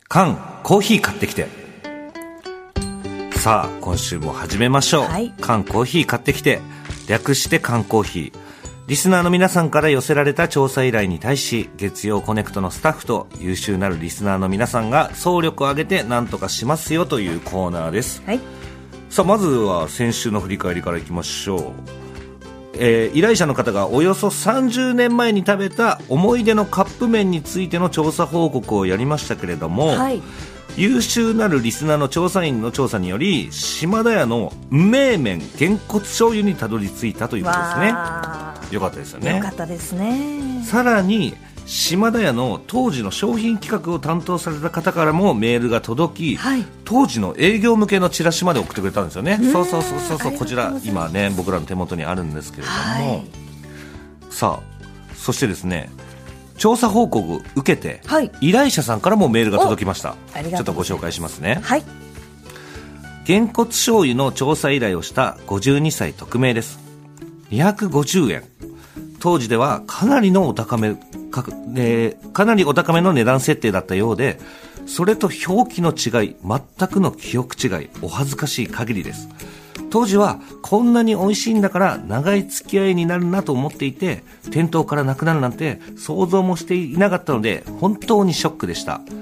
缶コーヒー買ってきて。さあ今週も始めましょう、はい、缶コーヒー買ってきて、略して缶コーヒー。リスナーの皆さんから寄せられた調査依頼に対し、月曜コネクトのスタッフと優秀なるリスナーの皆さんが総力を挙げて何とかしますよというコーナーです、はい、さあまずは先週の振り返りからいきましょう。依頼者の方がおよそ30年前に食べた思い出のカップ麺についての調査報告をやりましたけれども、はい、優秀なるリスナーの調査員の調査により、島田屋の名麺げんこつ醤油にたどり着いたということですね。よかったですよね。 よかったですね。 さらに島田屋の当時の商品企画を担当された方からもメールが届き、はい、当時の営業向けのチラシまで送ってくれたんですよね。そうこちら今ね僕らの手元にあるんですけれども、はい、さあそしてですね、調査報告を受けて、はい、依頼者さんからもメールが届きました。ちょっとご紹介しますね。はい、げんこつ醤油の調査依頼をした52歳匿名です。250円。当時ではかなりお高めの値段設定だったようで、それと表記の違い、全くの記憶違い、お恥ずかしい限りです。当時はこんなに美味しいんだから長い付き合いになるなと思っていて、店頭からなくなるなんて想像もしていなかったので本当にショックでした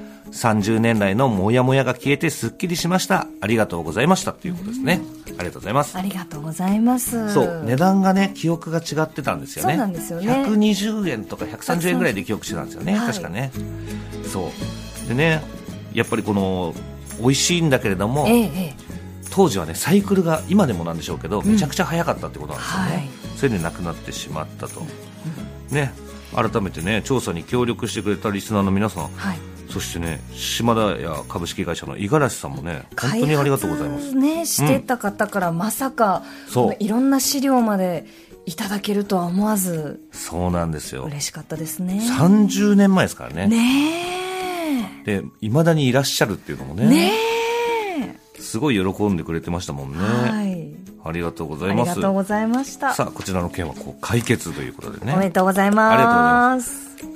。30年来のモヤモヤが消えてすっきりしました。ありがとうございましたということですね。ありがとうございます。 ありがとうございます。 そう値段がね記憶が違ってたんですよね。 そうなんですよね。 120円とか130円ぐらいで記憶してたんですよね、はい、確かね。そうでね、やっぱりこの美味しいんだけれども、当時はねサイクルが今でもなんでしょうけど、めちゃくちゃ早かったってことなんですよね、はい、それでなくなってしまったと、ね、改めてね調査に協力してくれたリスナーの皆さん、はい、そしてね島田屋株式会社の五十嵐さんもね本当にありがとうございます。 ね、してた方からまさか、いろんな資料までいただけるとは思わず、 そうなんですよ。 嬉しかったですね。 30年前ですからね。 ねで未だにいらっしゃるっていうのも ねすごい喜んでくれてましたもんね、はい、ありがとうございます。 ありがとうございました。 さあこちらの件は解決ということでね、 おめでとうございます。 ありがとうございます。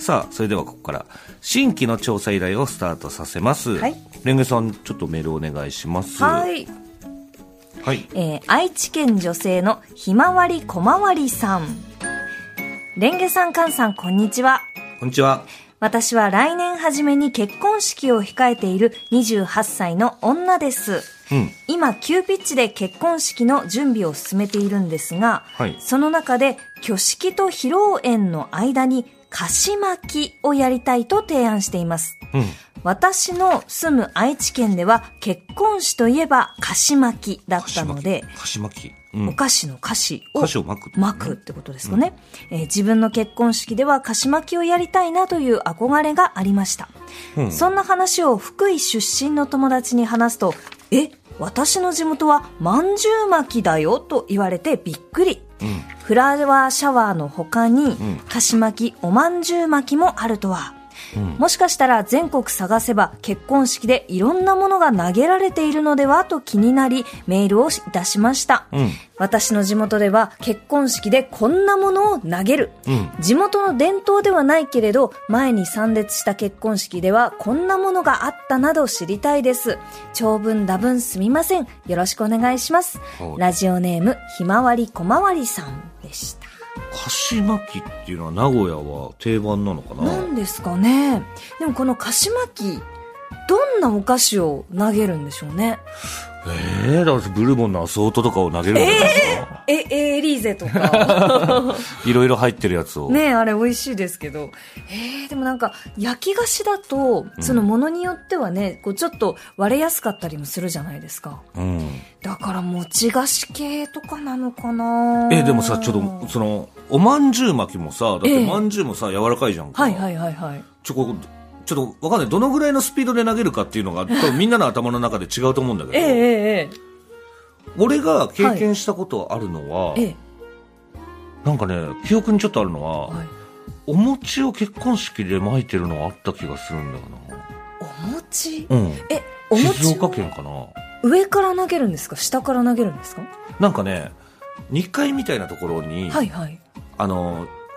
さあそれではここから新規の調査依頼をスタートさせます、はい、レンゲさんちょっとメールお願いします。 はい、はい、愛知県女性のひまわりこまわりさん。レンゲさん、カンさん、こんにちは。 こんにちは。 私は来年初めに結婚式を控えている28歳の女です、今急ピッチで結婚式の準備を進めているんですが、はい、その中で挙式と披露宴の間に菓子巻きをやりたいと提案しています、私の住む愛知県では結婚式といえば菓子巻きだったので、 菓子巻き、 お菓子の菓子を巻くってことですかね、自分の結婚式では菓子巻きをやりたいなという憧れがありました、そんな話を福井出身の友達に話すと、私の地元はまんじゅう巻きだよと言われてびっくり、フラワーシャワーの他に菓子巻き、おまんじゅう巻きもあるとは、もしかしたら全国探せば結婚式でいろんなものが投げられているのではと気になりメールをいたしました、私の地元では結婚式でこんなものを投げる、地元の伝統ではないけれど前に参列した結婚式ではこんなものがあったなど知りたいです。長文多文すみません、よろしくお願いします。ラジオネームひまわりこまわりさんでした。 菓子巻きっていうのは名古屋は定番なのかな。 なんですかね。でもこの菓子巻き、どんなお菓子を投げるんでしょうね。 だからブルボンのアソートとかを投げるんじゃないですか。 エリーゼとかいろいろ入ってるやつをね、あれ美味しいですけど、でもなんか焼き菓子だとそのものによってはね、こうちょっと割れやすかったりもするじゃないですか、だから餅菓子系とかなのかな。 でもさ、ちょっとそのおまんじゅう巻きもさ、だってまんじゅうもさ、柔らかいじゃんか。ちょっと分かんない、どのぐらいのスピードで投げるかっていうのが多分みんなの頭の中で違うと思うんだけど、俺が経験したことあるのは、なんかね記憶にちょっとあるのは、お餅を結婚式で巻いてるのがあった気がするんだよな。 お餅、 お餅静岡県かな。 上から投げるんですか、下から投げるんですか。 なんかね2階みたいなところに、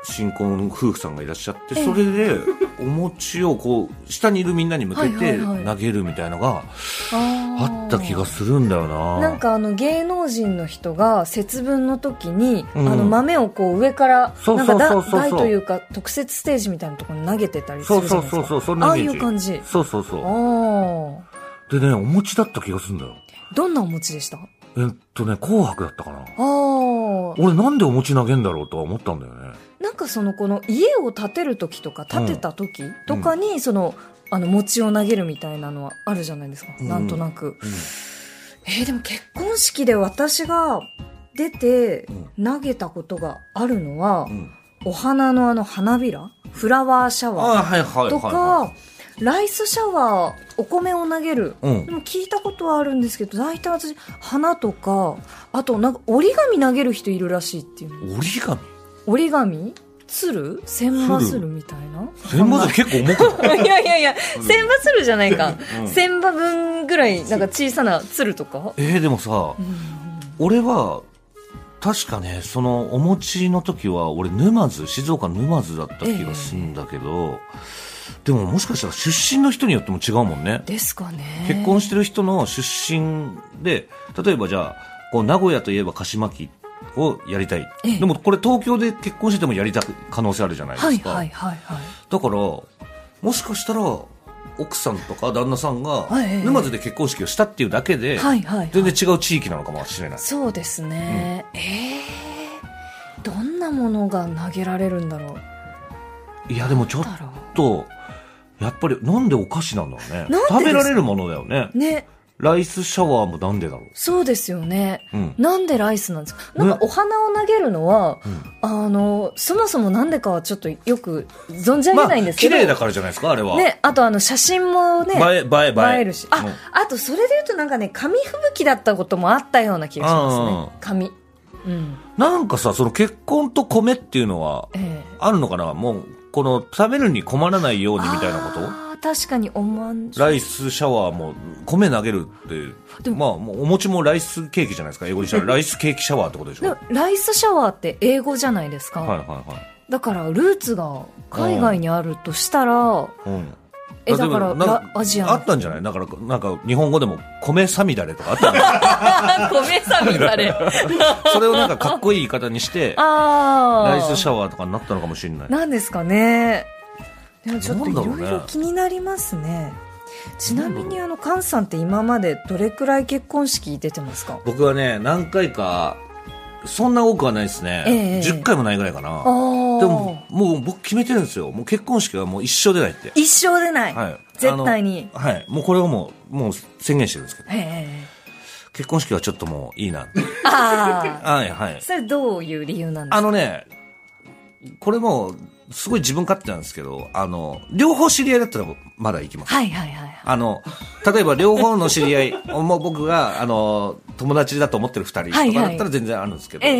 新婚夫婦さんがいらっしゃって、それでお餅をこう下にいるみんなに向けて投げるみたいなのがあった気がするんだよな。 なんか芸能人の人が節分の時に、豆をこう上からなんか台というか特設ステージみたいなところに投げてたりするじゃないですか。 そああいう感じ。 そうでね、お餅だった気がするんだよ。 どんなお餅でした？ 紅白だったかな。俺なんでお餅投げんだろうとは思ったんだよね。 なんかこの家を建てる時とか建てた時とかに餅を投げるみたいなのはあるじゃないですか、なんとなく、でも結婚式で私が出て投げたことがあるのは、お花の花びらフラワーシャワーとかライスシャワーお米を投げる、でも聞いたことはあるんですけど、大体私花とか、あとなんか折り紙投げる人いるらしいっていう。折り紙鶴千羽鶴みたいな。 千羽鶴結構重くない？ いや千羽鶴じゃないか、千羽分ぐらいなんか小さな鶴とか。 でもさ、俺は確かね、そのお餅の時は俺静岡沼津だった気がするんだけど、でももしかしたら出身の人によっても違うもんね。 ですかね。 結婚してる人の出身で、例えばじゃあこう名古屋といえば菓子巻きをやりたい、でもこれ東京で結婚しててもやりたい可能性あるじゃないですか。だからもしかしたら奥さんとか旦那さんが沼津で結婚式をしたっていうだけで、全然違う地域なのかもしれない。 そうですね、どんなものが投げられるんだろう。 いやでもちょっとやっぱりなんでお菓子なんだろうね。食べられるものだよね。ライスシャワーもなんでだろう。 そうですよね、なんでライスなんですか。なんかお花を投げるのは、そもそもなんでかはちょっとよく存じ上げないんですけど、 綺麗だからじゃないですか、あれは。 あと写真もね、映えるし、あとそれでいうとなんかね、紙吹雪だったこともあったような気がしますね。紙、 なんかさ、その結婚と米っていうのはあるのかな、もうこの食べるに困らないようにみたいなこと。 確かにライスシャワーも米投げるって、もうお餅もライスケーキじゃないですか。英語にしたらライスケーキシャワーってことでしょ。 ライスシャワーって英語じゃないですか。だからルーツが海外にあるとしたら、だからアジアあったんじゃない。なんか日本語でも米さみだれとかあったんじゃない米さみだれそれをなんかかっこいい言い方にしてライスシャワーとかになったのかもしれない。 なんですかね。でもちょっといろいろ気になりますね。ちなみに菅さんって今までどれくらい結婚式出てますか？ 僕はね、何回か、そんな多くはないですね、10回もないぐらいかな。でももう僕決めてるんですよ。もう結婚式はもう一生出ないって。 一生出ない、絶対に。 もうこれはもう宣言してるんですけど、結婚式はちょっともういいなって。 それどういう理由なんですか？ これもすごい自分勝手なんですけど、両方知り合いだったらまだ行きます。例えば両方の知り合いもう僕が友達だと思ってる2人とかだったら全然あるんですけど、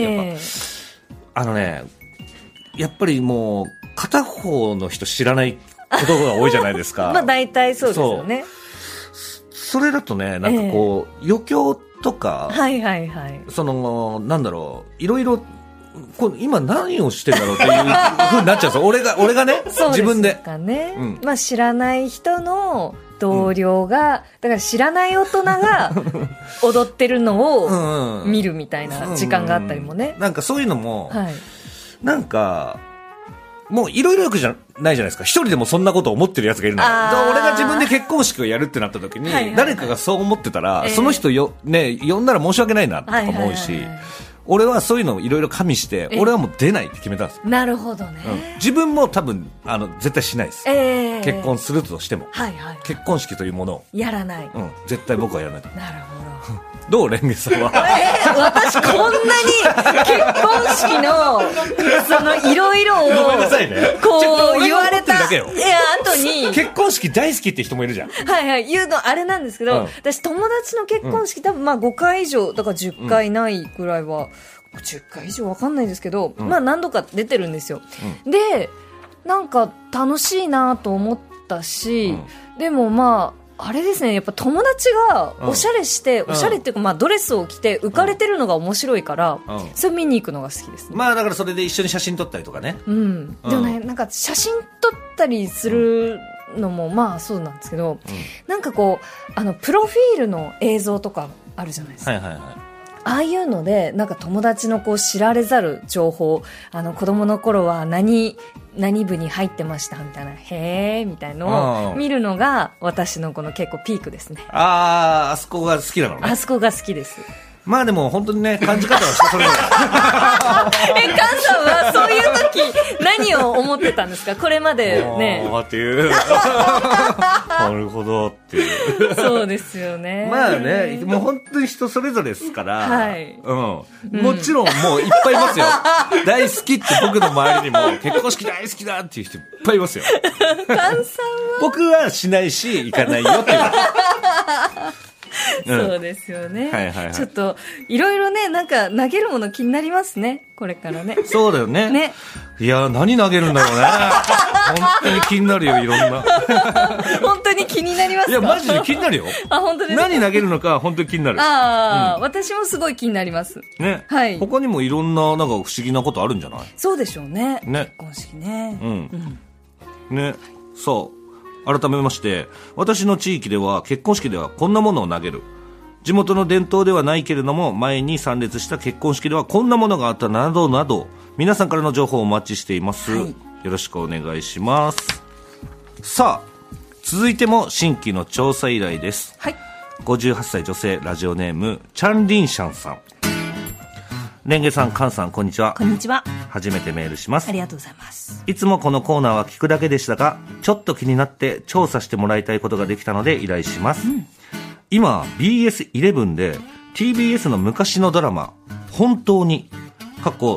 やっぱりもう片方の人知らないことが多いじゃないですか。 大体そうですよね。 それだとね、なんかこう、余興とか、なんだろう、いろいろ今何をしてんだろうっていう風になっちゃうんですよ。俺がね、自分で。 知らない人の同僚が、だから知らない大人が踊ってるのを見るみたいな時間があったりもね。 なんかそういうのも、なんか、もういろいろよくじゃないじゃないですか。一人でもそんなことを思ってるやつがいるのよ。俺が自分で結婚式をやるってなった時に、誰かがそう思ってたら、その人呼んだら申し訳ないなとか思うし、俺はそういうのをいろいろ加味して、俺はもう出ないって決めたんですよ。 なるほどね。 自分も多分絶対しないです。結婚するとしても、結婚式というものをやらない。 絶対僕はやらない。 なるほど。 どうレンゲさんは。 私こんなに結婚式のいろいろをごめんなさいね。 こう言われた後に結婚式大好きって人もいるじゃん。 言うのあれなんですけど、私友達の結婚式多分5回以上だから10回ないくらいは、10回以上わかんないですけど、何度か出てるんですよ。でなんか楽しいなと思ったし、でもあれですね、やっぱ友達がおしゃれして、おしゃれっていうか、まあドレスを着て浮かれてるのが面白いから、それ見に行くのが好きですね。 まあだからそれで一緒に写真撮ったりとかね。 でもね、なんか写真撮ったりするのもまあそうなんですけど、なんかこうプロフィールの映像とかあるじゃないですか。はいはいはい。ああいうのでなんか友達のこう知られざる情報、子供の頃は何部に入ってましたみたいな、へーみたいのを見るのが私のこの結構ピークですね。 あそこが好きなのね。 あそこが好きです。 まあでも本当にね、感じ方は人それぞれ。 菅さんはそういう時何を思ってたんですか？これまでね。 っていう。なるほどっていう。 そうですよね。 まあね、もう本当に人それぞれですから。 はい。 もちろんもういっぱいいますよ。大好きって僕の周りにも結婚式大好きだっていう人いっぱいいますよ。 菅さんは僕はしないし行かないよっていう。 そうですよね、 はいはいはい、 ちょっといろいろね、なんか投げるもの気になりますね、これからね。 そうだよね。いや何投げるんだろうね。本当に気になるよ、いろんな。 本当に気になりますか？ いやマジで気になるよ。 本当です。 何投げるのか本当に気になる。 私もすごい気になりますね。 はい。 他にもいろんななんか不思議なことあるんじゃない？ そうでしょうね。 ね。 結婚式ね。 ね。そう。改めまして、私の地域では結婚式ではこんなものを投げる。地元の伝統ではないけれども、前に参列した結婚式ではこんなものがあったなどなど、皆さんからの情報をお待ちしています。よろしくお願いします。さあ、続いても新規の調査依頼です。 はい。 58歳女性、ラジオネームチャンリンシャンさん。レンゲさん、カンさん、こんにちは。 こんにちは。 初めてメールします。 ありがとうございます。 いつもこのコーナーは聞くだけでしたが、ちょっと気になって調査してもらいたいことができたので依頼します。今 BS11 で TBS の昔のドラマ本当に過去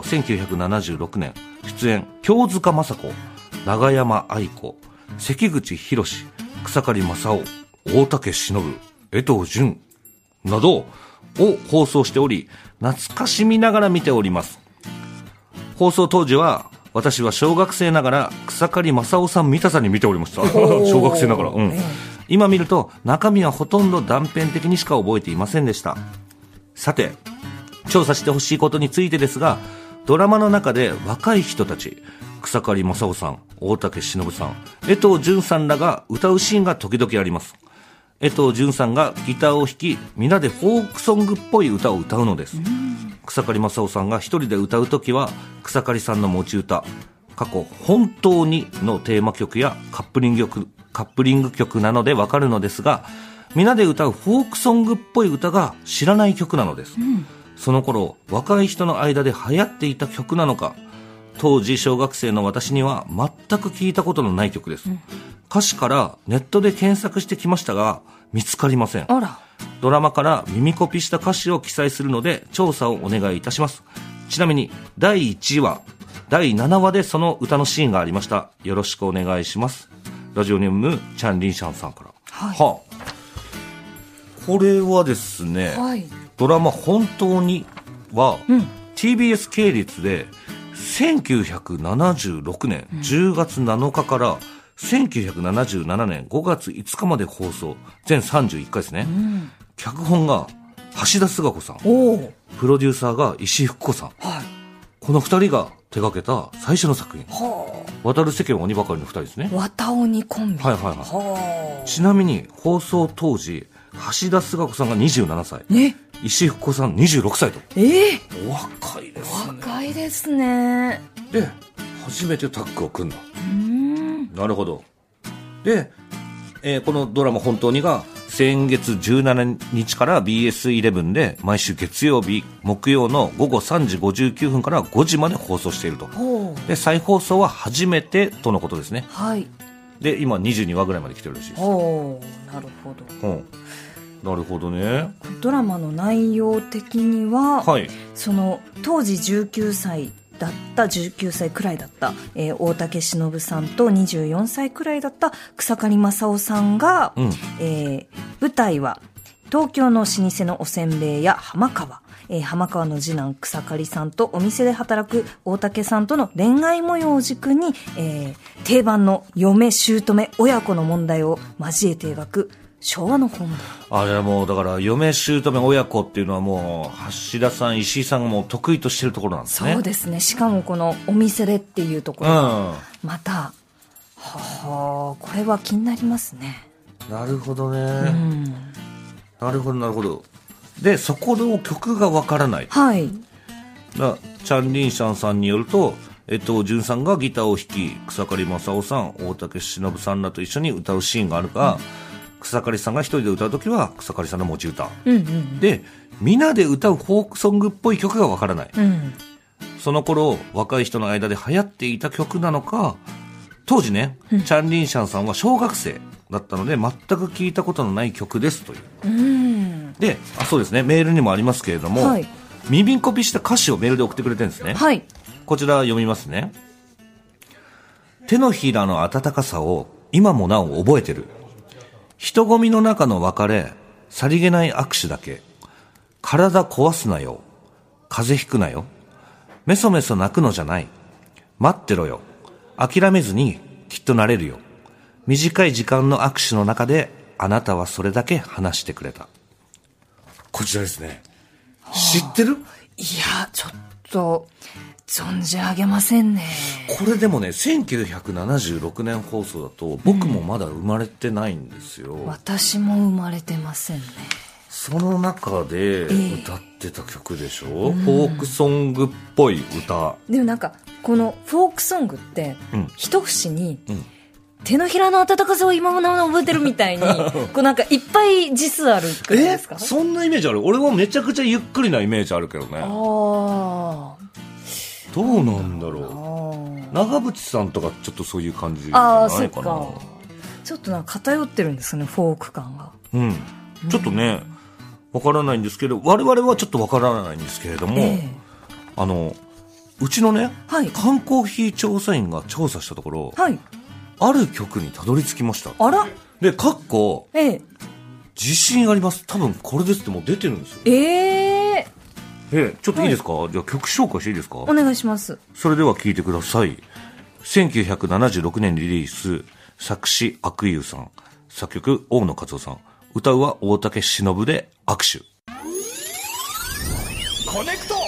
1976年出演京塚雅子、永山愛子、関口宏、草刈正雄、大竹しのぶ、江藤淳などを放送しており、懐かしみながら見ております。放送当時は私は小学生ながら草刈正雄さん見たさに見ておりました。小学生ながら、今見ると中身はほとんど断片的にしか覚えていませんでした。さて、調査してほしいことについてですが、ドラマの中で若い人たち、草刈正雄さん、大竹しのぶさん、江藤淳さんらが歌うシーンが時々あります。江藤淳さんがギターを弾き、皆でフォークソングっぽい歌を歌うのです。草刈正雄さんが一人で歌うときは、草刈さんの持ち歌、過去本当にのテーマ曲やカップリング曲なのでわかるのですが、皆で歌うフォークソングっぽい歌が知らない曲なのです。その頃、若い人の間で流行っていた曲なのか、当時小学生の私には全く聞いたことのない曲です。歌詞からネットで検索してきましたが見つかりません。 あら。 ドラマから耳コピした歌詞を記載するので調査をお願いいたします。ちなみに第1話第7話でその歌のシーンがありました。よろしくお願いします。ラジオネームチャンリンシャンさんから。これはですね、ドラマ本当には、TBS 系列で1976年10月7日から1977年5月5日まで放送、全31回ですね。脚本が橋田壽賀子さん、プロデューサーが石井ふく子さん、この2人が手掛けた最初の作品。渡る世間は鬼ばかりの2人ですね。 渡鬼コンビ。 ちなみに放送当時橋田壽賀子さんが27歳、石井ふく子さん26歳と。お若いですね。 若いですね。 で初めてタッグを組んだ。なるほど。で、このドラマ本当にが先月17日から BS11 で毎週月曜日木曜の午後3時59分から5時まで放送していると。で再放送は初めてとのことですね。で今22話ぐらいまで来てるらしいです。 なるほど。 なるほどね。 ドラマの内容的には、その当時19歳くらいだった、大竹しのぶさんと24歳くらいだった草刈正雄さんが、舞台は東京の老舗のおせんべい屋浜川、浜川の次男草刈さんとお店で働く大竹さんとの恋愛模様を軸に、定番の嫁姑親子の問題を交えて描く昭和の本あれはもうだから嫁姑親子っていうのはもう橋田さん石井さんがもう得意としてるところなんですね。 そうですね。しかもこのお店でっていうところがまた、はあ、これは気になりますね。 なるほどね、なるほどなるほど。でそこの曲がわからない。 はい。 チャン・リンシャンさんによると江藤潤さんがギターを弾き草刈正雄さん大竹しのぶさんらと一緒に歌うシーンがあるが、草刈さんが一人で歌うときは草刈さんの持ち歌、でみんなで歌うフォークソングっぽい曲がわからない、その頃若い人の間で流行っていた曲なのか、当時ね、チャン・リンシャンさんは小学生だったので全く聞いたことのない曲ですという、でそうですね、メールにもありますけれども、はい、耳コピした歌詞をメールで送ってくれてるんですね、はい、こちら読みますね。手のひらの温かさを今もなお覚えてる。人混みの中の別れ、さりげない握手だけ。体壊すなよ。風邪ひくなよ。メソメソ泣くのじゃない。待ってろよ。諦めずにきっとなれるよ。短い時間の握手の中であなたはそれだけ話してくれた。こちらですね。知ってる？ いや、ちょっと存じ上げませんね。 これでもね、1976年放送だと僕もまだ生まれてないんですよ、 私も生まれてませんね。 その中で歌ってた曲でしょ、フォークソングっぽい歌でもなんかこのフォークソングって一節に、手のひらの温かさを今もなお覚えてるみたいにこうなんかいっぱい字数あるくらいですか？ そんなイメージある？俺はめちゃくちゃゆっくりなイメージあるけどね。どうなんだろう。長渕さんとかちょっとそういう感じじゃないかな。 ちょっとなんか偏ってるんですね、フォーク感が。 ちょっとね、わからないんですけど、我々はちょっとわからないんですけれども、うちのね、缶コーヒー調査員が調査したところ、ある曲にたどり着きました。 あら？ で、かっこ、自信あります。多分これですってもう出てるんですよ。ちょっといいですか、じゃあ曲紹介していいですか？お願いします。それでは聴いてください。1976年リリース、作詞阿久悠さん、作曲大野勝夫さん、歌うは大竹しのぶで握手。コネクト。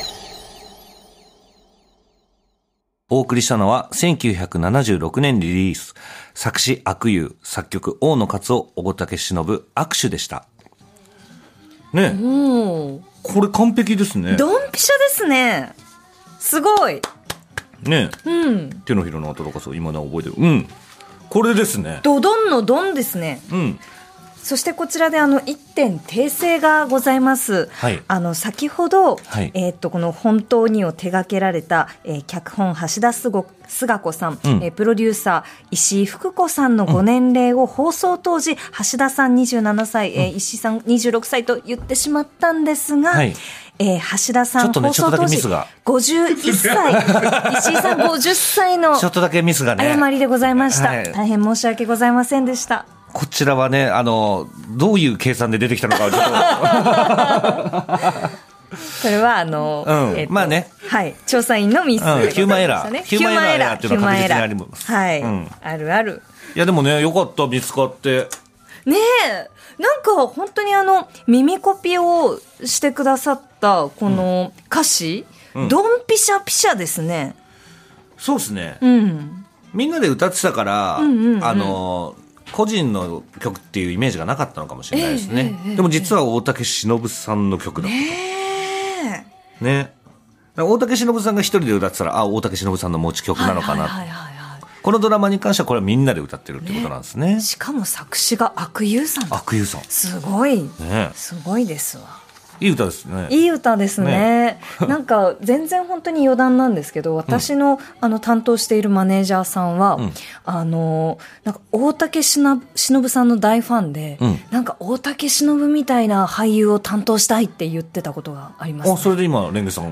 お送りしたのは1976年リリース、作詞阿久悠、作曲大野勝夫、大竹しのぶ握手でしたね。これ完璧ですね。 ドンピシャですね。すごいね。手のひらの温かさを今な覚えてる。これですね。 ドドンのドンですね。そしてこちらで一点訂正がございます。先ほど、この本当にを手掛けられた、脚本橋田壽賀子さん、プロデューサー石井福子さんのご年齢を放送当時、橋田さん27歳、石井さん26歳と言ってしまったんですが、橋田さん、放送当時51歳、石井さん50歳のちょっとだけミスがね、 誤りでございました。大変申し訳ございませんでした。 こちらはね、どういう計算で出てきたのかちょっとそれはまあね、 調査員のミス、 ヒューマンエラー、ヒューマンエラーっていうのは確実にあります。 あるある。 いやでもね、よかった、見つかってね。なんか本当に耳コピをしてくださったこの歌詞、ドンピシャピシャですね。 そうですね、みんなで歌ってたから、個人の曲っていうイメージがなかったのかもしれないですね。でも実は大竹しのぶさんの曲だったね。大竹しのぶさんが一人で歌ってたら、大竹しのぶさんの持ち曲なのかな。このドラマに関してはこれはみんなで歌ってるってことなんですね。 しかも作詞が阿久悠さん。 阿久悠さんすごい、すごいですわ。 いい歌ですね。 いい歌ですね。なんか全然本当に余談なんですけど、私の担当しているマネージャーさんは、なんか大竹しのぶさんの大ファンで、なんか大竹しのぶみたいな俳優を担当したいって言ってたことがあります、ね。 それで今レンゲさん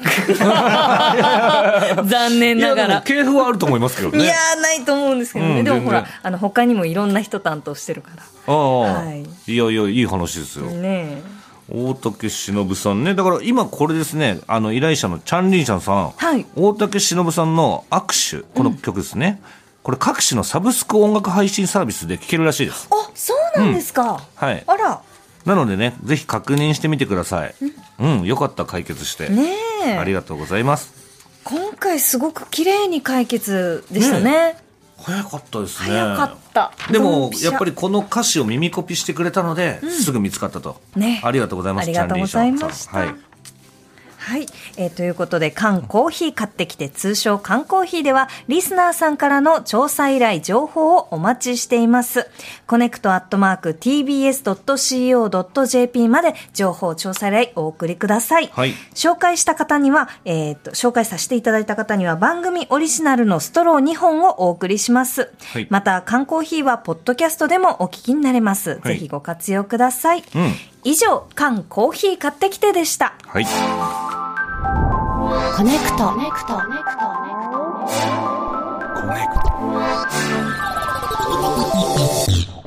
残念ながら系譜はあると思いますけどね。 いやないと思うんですけどね。でもほら他にもいろんな人担当してるから。 いやいい話ですよね。大竹しのぶさんね。だから今これですね、依頼者のチャン・リンシャンさん、大竹しのぶさんの握手、この曲ですね、 これ各種のサブスク音楽配信サービスで聴けるらしいです。 あ、そうなんですか。 はい。 あら。 なのでね、ぜひ確認してみてください。よかった、解決して。 ねえ。 ありがとうございます。 今回すごく綺麗に解決でしたね。 早かったですね。 早かった。 でもやっぱりこの歌詞を耳コピしてくれたので、すぐ見つかったと。 ね。 ありがとうございます。 ありがとうございました。はい。はい、ということで、缶コーヒー買ってきて、通称缶コーヒーでは、リスナーさんからの調査依頼、情報をお待ちしています。connect@tbs.co.jp まで情報、調査依頼お送りください。 はい。 紹介した方には、紹介させていただいた方には、番組オリジナルのストロー2本をお送りします。はい、また、缶コーヒーは、ポッドキャストでもお聞きになれます。はい、ぜひご活用ください。以上、缶コーヒー買ってきてでした。 はい。 コネクト。コネクト。